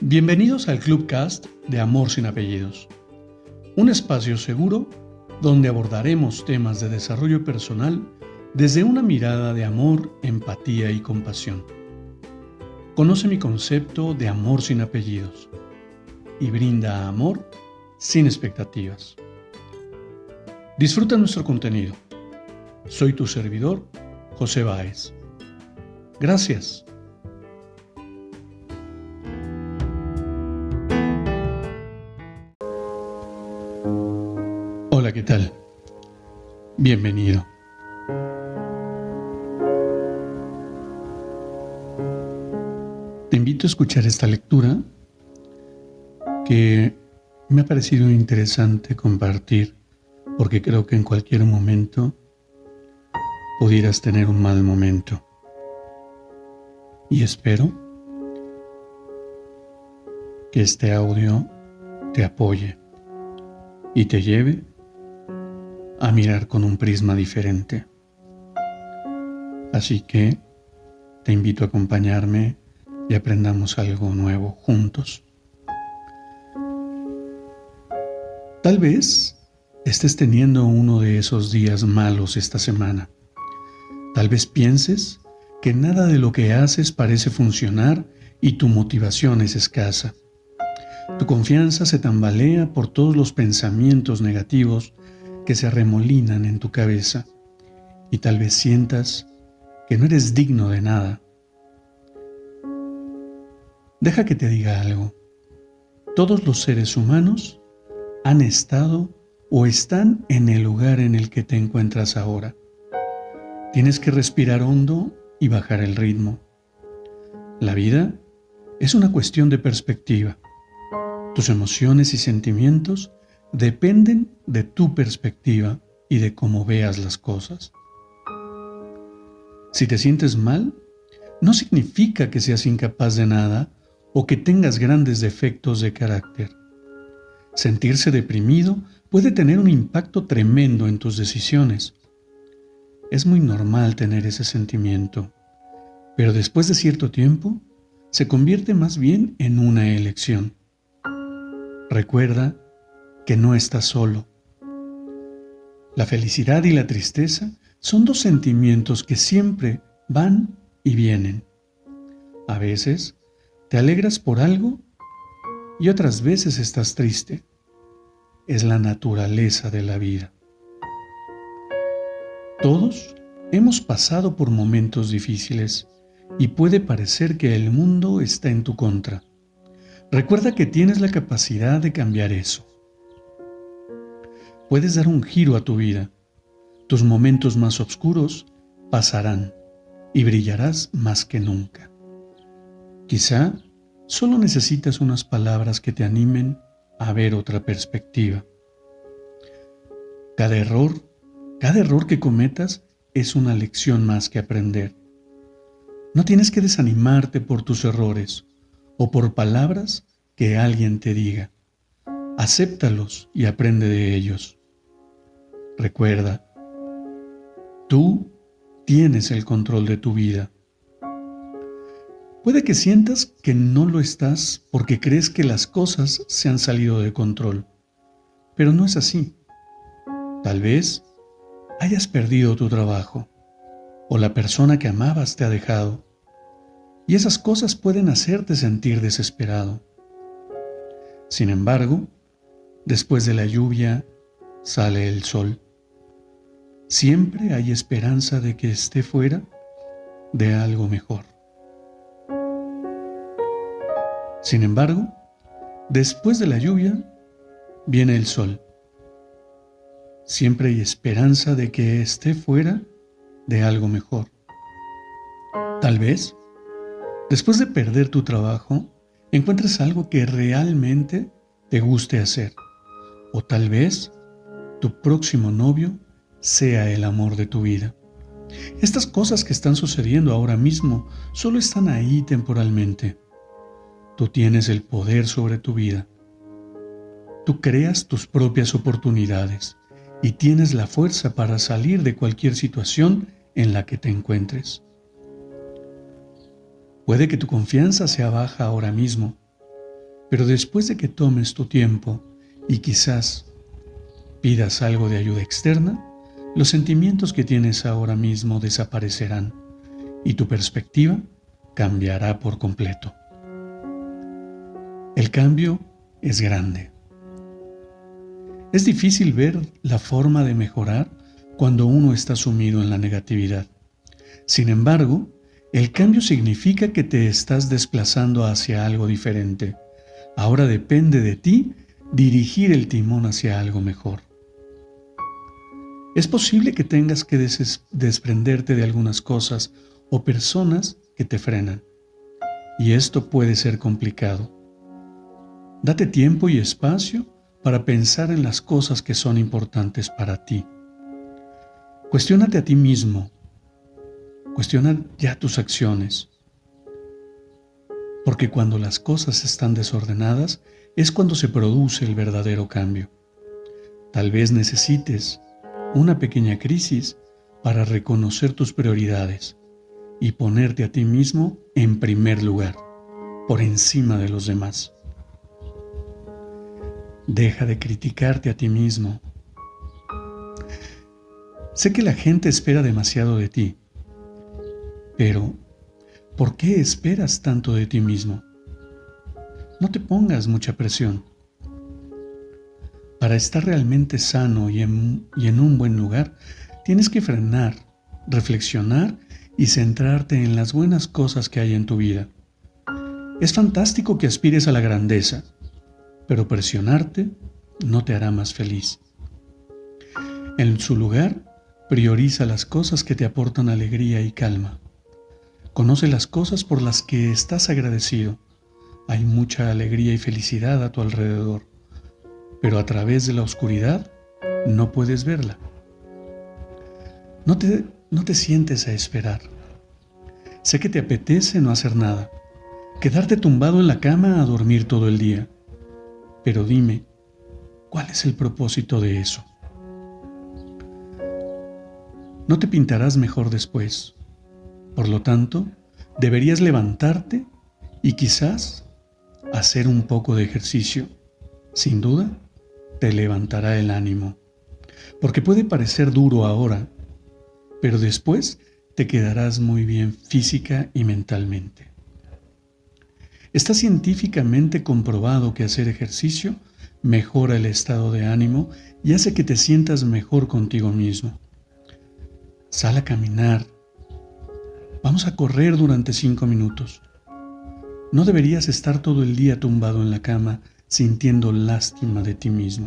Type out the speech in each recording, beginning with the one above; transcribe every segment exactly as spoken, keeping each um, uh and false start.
Bienvenidos al Clubcast de Amor sin Apellidos, un espacio seguro donde abordaremos temas de desarrollo personal desde una mirada de amor, empatía y compasión. Conoce mi concepto de amor sin apellidos y brinda amor sin expectativas. Disfruta nuestro contenido. Soy tu servidor, José Báez. Gracias. Hola, ¿qué tal? Bienvenido. Te invito a escuchar esta lectura que me ha parecido interesante compartir porque creo que en cualquier momento pudieras tener un mal momento. Y espero que este audio te apoye y te lleve a mirar con un prisma diferente. Así que te invito a acompañarme y aprendamos algo nuevo juntos. Tal vez estés teniendo uno de esos días malos esta semana. Tal vez pienses que nada de lo que haces parece funcionar y tu motivación es escasa. Tu confianza se tambalea por todos los pensamientos negativos que se arremolinan en tu cabeza y tal vez sientas que no eres digno de nada. Deja que te diga algo. Todos los seres humanos han estado o están en el lugar en el que te encuentras ahora. Tienes que respirar hondo y bajar el ritmo. La vida es una cuestión de perspectiva. Tus emociones y sentimientos dependen de tu perspectiva y de cómo veas las cosas. Si te sientes mal, no significa que seas incapaz de nada o que tengas grandes defectos de carácter. Sentirse deprimido puede tener un impacto tremendo en tus decisiones. Es muy normal tener ese sentimiento, pero después de cierto tiempo, se convierte más bien en una elección. Recuerda que no estás solo. La felicidad y la tristeza son dos sentimientos que siempre van y vienen. A veces te alegras por algo y otras veces estás triste. Es la naturaleza de la vida. Todos hemos pasado por momentos difíciles y puede parecer que el mundo está en tu contra. Recuerda que tienes la capacidad de cambiar eso. Puedes dar un giro a tu vida. Tus momentos más oscuros pasarán y brillarás más que nunca. Quizá solo necesitas unas palabras que te animen a ver otra perspectiva. Cada error, cada error que cometas es una lección más que aprender. No tienes que desanimarte por tus errores o por palabras que alguien te diga. Acéptalos y aprende de ellos. Recuerda, tú tienes el control de tu vida. Puede que sientas que no lo estás porque crees que las cosas se han salido de control, pero no es así. Tal vez hayas perdido tu trabajo o la persona que amabas te ha dejado, y esas cosas pueden hacerte sentir desesperado. Sin embargo, después de la lluvia sale el sol. Siempre hay esperanza de que esté fuera de algo mejor. Sin embargo, después de la lluvia viene el sol. Siempre hay esperanza de que esté fuera de algo mejor. Tal vez, después de perder tu trabajo, encuentres algo que realmente te guste hacer. O tal vez tu próximo novio sea el amor de tu vida. Estas cosas que están sucediendo ahora mismo solo están ahí temporalmente. Tú tienes el poder sobre tu vida. Tú creas tus propias oportunidades y tienes la fuerza para salir de cualquier situación en la que te encuentres. Puede que tu confianza sea baja ahora mismo, Pero después de que tomes tu tiempo y quizás pidas algo de ayuda externa, los sentimientos que tienes ahora mismo desaparecerán y tu perspectiva cambiará por completo. El cambio es grande. Es difícil ver la forma de mejorar cuando uno está sumido en la negatividad. Sin embargo, el cambio significa que te estás desplazando hacia algo diferente. Ahora depende de ti dirigir el timón hacia algo mejor. Es posible que tengas que des- desprenderte de algunas cosas o personas que te frenan, y esto puede ser complicado. Date tiempo y espacio para pensar en las cosas que son importantes para ti. Cuestiónate a ti mismo. Cuestiona ya tus acciones. Porque cuando las cosas están desordenadas es cuando se produce el verdadero cambio. Tal vez necesites una pequeña crisis para reconocer tus prioridades y ponerte a ti mismo en primer lugar, por encima de los demás. Deja de criticarte a ti mismo. Sé que la gente espera demasiado de ti, pero ¿por qué esperas tanto de ti mismo? No te pongas mucha presión. Para estar realmente sano y en, y en un buen lugar, tienes que frenar, reflexionar y centrarte en las buenas cosas que hay en tu vida. Es fantástico que aspires a la grandeza, pero presionarte no te hará más feliz. En su lugar, prioriza las cosas que te aportan alegría y calma. Conoce las cosas por las que estás agradecido. Hay mucha alegría y felicidad a tu alrededor, pero a través de la oscuridad no puedes verla. No te, no te sientes a esperar. Sé que te apetece no hacer nada, quedarte tumbado en la cama a dormir todo el día. Pero dime, ¿cuál es el propósito de eso? No te pintarás mejor después. Por lo tanto, deberías levantarte y quizás hacer un poco de ejercicio. Sin duda, te levantará el ánimo. Porque puede parecer duro ahora, pero después te quedarás muy bien física y mentalmente. Está científicamente comprobado que hacer ejercicio mejora el estado de ánimo y hace que te sientas mejor contigo mismo. Sal a caminar. Vamos a correr durante cinco minutos. No deberías estar todo el día tumbado en la cama sintiendo lástima de ti mismo.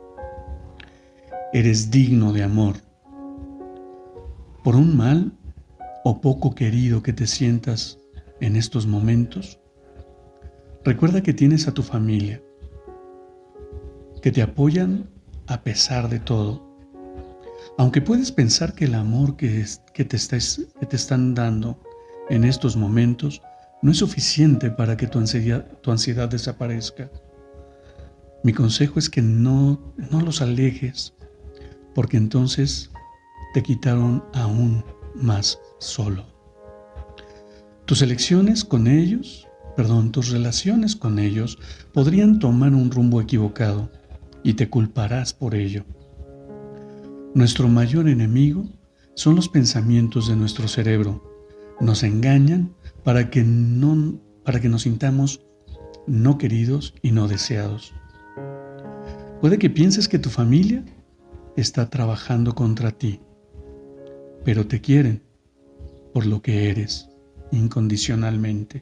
Eres digno de amor. Por un mal o poco querido que te sientas en estos momentos, recuerda que tienes a tu familia, que te apoyan a pesar de todo. Aunque puedes pensar que el amor que, es, que, te estés, que te están dando en estos momentos no es suficiente para que tu ansiedad, tu ansiedad desaparezca, mi consejo es que no, no los alejes, porque entonces te quitaron aún más solo. Tus elecciones con ellos, perdón, tus relaciones con ellos podrían tomar un rumbo equivocado y te culparás por ello. Nuestro mayor enemigo son los pensamientos de nuestro cerebro. Nos engañan para que, no, para que nos sintamos no queridos y no deseados. Puede que pienses que tu familia está trabajando contra ti, pero te quieren por lo que eres, incondicionalmente.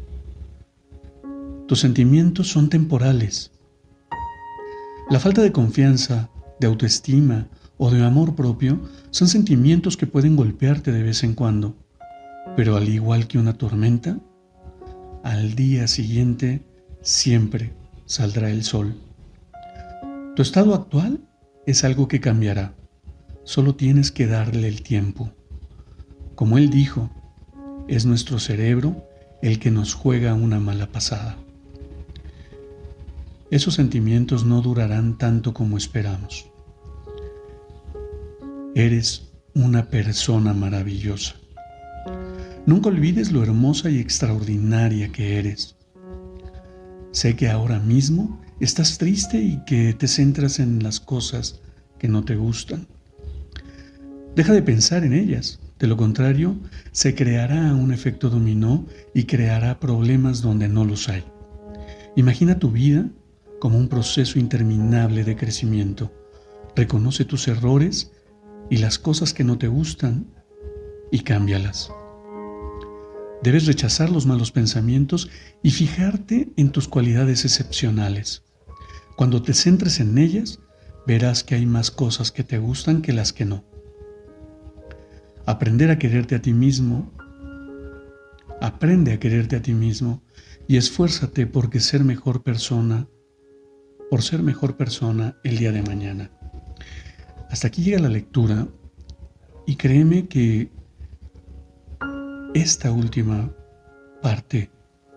Tus sentimientos son temporales. La falta de confianza, de autoestima o de amor propio son sentimientos que pueden golpearte de vez en cuando, pero al igual que una tormenta, al día siguiente siempre saldrá el sol. Tu estado actual es algo que cambiará, solo tienes que darle el tiempo. Como él dijo, es nuestro cerebro el que nos juega una mala pasada. Esos sentimientos no durarán tanto como esperamos. Eres una persona maravillosa. Nunca olvides lo hermosa y extraordinaria que eres. Sé que ahora mismo estás triste y que te centras en las cosas que no te gustan. Deja de pensar en ellas. De lo contrario, se creará un efecto dominó y creará problemas donde no los hay. Imagina tu vida como un proceso interminable de crecimiento. Reconoce tus errores y las cosas que no te gustan y cámbialas. Debes rechazar los malos pensamientos y fijarte en tus cualidades excepcionales. Cuando te centres en ellas, verás que hay más cosas que te gustan que las que no. Aprender a quererte a ti mismo, aprende a quererte a ti mismo y esfuérzate porque ser mejor persona, por ser mejor persona el día de mañana. Hasta aquí llega la lectura y créeme que esta última parte,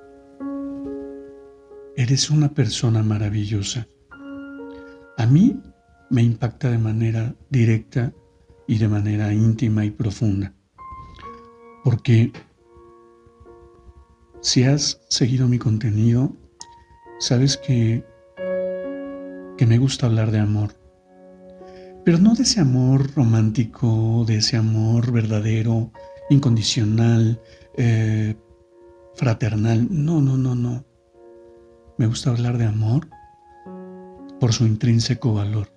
eres una persona maravillosa. A mí me impacta de manera directa y de manera íntima y profunda, porque si has seguido mi contenido, sabes que, que me gusta hablar de amor, pero no de ese amor romántico, de ese amor verdadero, incondicional, eh, fraternal. No, no, no, no. Me gusta hablar de amor por su intrínseco valor,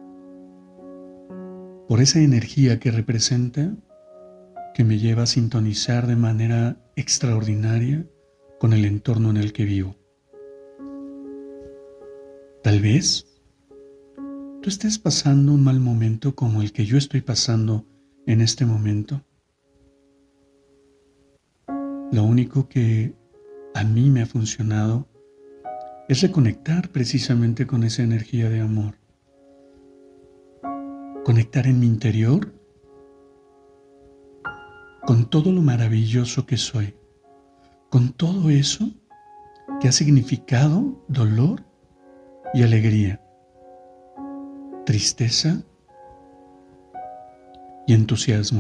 por esa energía que representa, que me lleva a sintonizar de manera extraordinaria con el entorno en el que vivo. Tal vez tú estés pasando un mal momento como el que yo estoy pasando en este momento. Lo único que a mí me ha funcionado es reconectar precisamente con esa energía de amor. Conectar en mi interior con todo lo maravilloso que soy, con todo eso que ha significado dolor y alegría, tristeza y entusiasmo,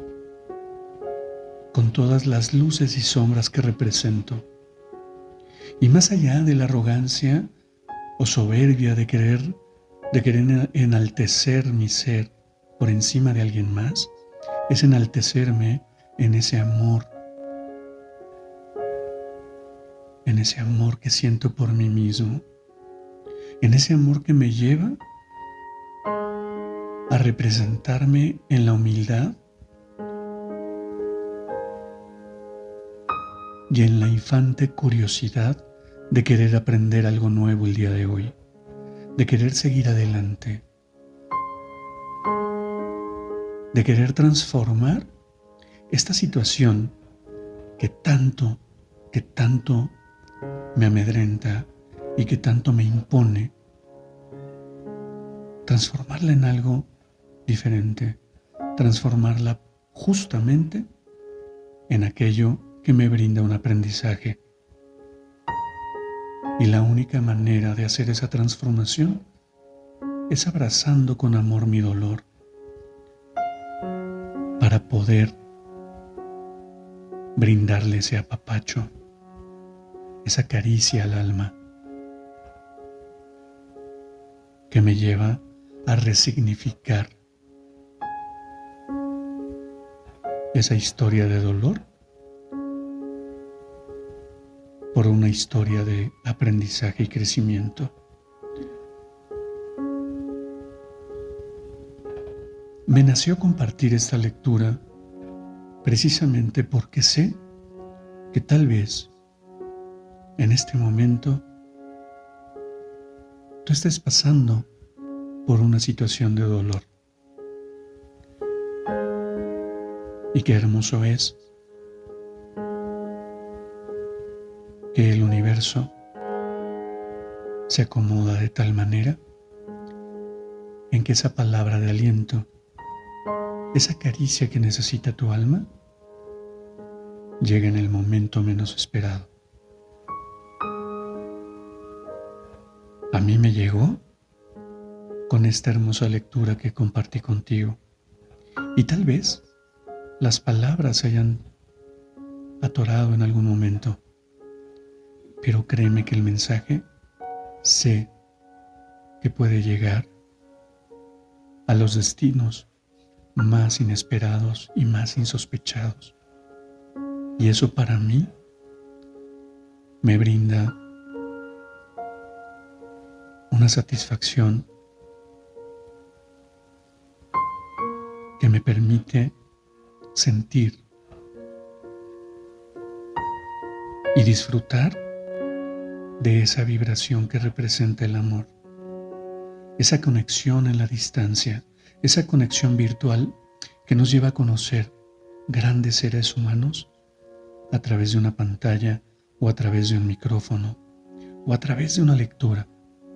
con todas las luces y sombras que represento. Y más allá de la arrogancia o soberbia de querer, de querer enaltecer mi ser por encima de alguien más, es enaltecerme en ese amor, en ese amor que siento por mí mismo, en ese amor que me lleva a representarme en la humildad y en la infante curiosidad de querer aprender algo nuevo el día de hoy, de querer seguir adelante, de querer transformar esta situación que tanto, que tanto me amedrenta y que tanto me impone, transformarla en algo diferente, transformarla justamente en aquello que me brinda un aprendizaje. Y la única manera de hacer esa transformación es abrazando con amor mi dolor para poder brindarle ese apapacho, esa caricia al alma que me lleva a resignificar esa historia de dolor por una historia de aprendizaje y crecimiento. Me nació compartir esta lectura precisamente porque sé que tal vez en este momento tú estés pasando por una situación de dolor. Y qué hermoso es que el universo se acomoda de tal manera en que esa palabra de aliento, esa caricia que necesita tu alma, llega en el momento menos esperado. A mí me llegó con esta hermosa lectura que compartí contigo, y tal vez las palabras se hayan atorado en algún momento, pero créeme que el mensaje sé que puede llegar a los destinos más inesperados y más insospechados. Y eso para mí me brinda una satisfacción que me permite sentir y disfrutar de esa vibración que representa el amor, esa conexión en la distancia, esa conexión virtual que nos lleva a conocer grandes seres humanos a través de una pantalla o a través de un micrófono o a través de una lectura.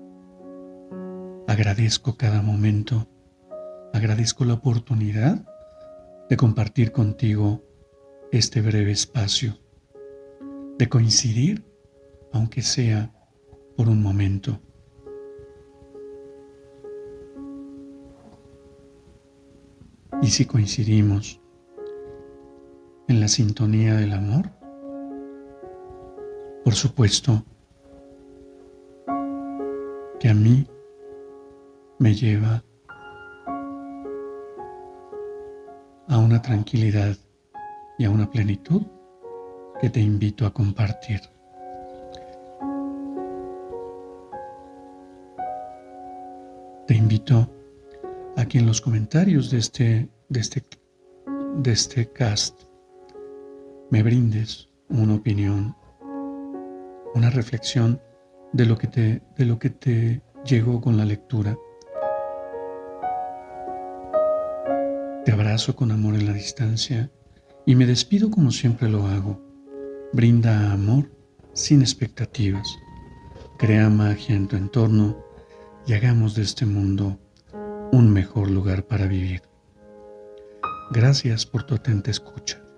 Agradezco cada momento, agradezco la oportunidad de compartir contigo este breve espacio, de coincidir, aunque sea por un momento. Y si coincidimos en la sintonía del amor, por supuesto que a mí me lleva a una tranquilidad y a una plenitud que te invito a compartir. Te invito a que en los comentarios de este, de este, de este cast me brindes una opinión, una reflexión de lo que te, de lo que te llegó con la lectura. Te abrazo con amor en la distancia y me despido como siempre lo hago. Brinda amor sin expectativas. Crea magia en tu entorno y hagamos de este mundo un mejor lugar para vivir. Gracias por tu atenta escucha.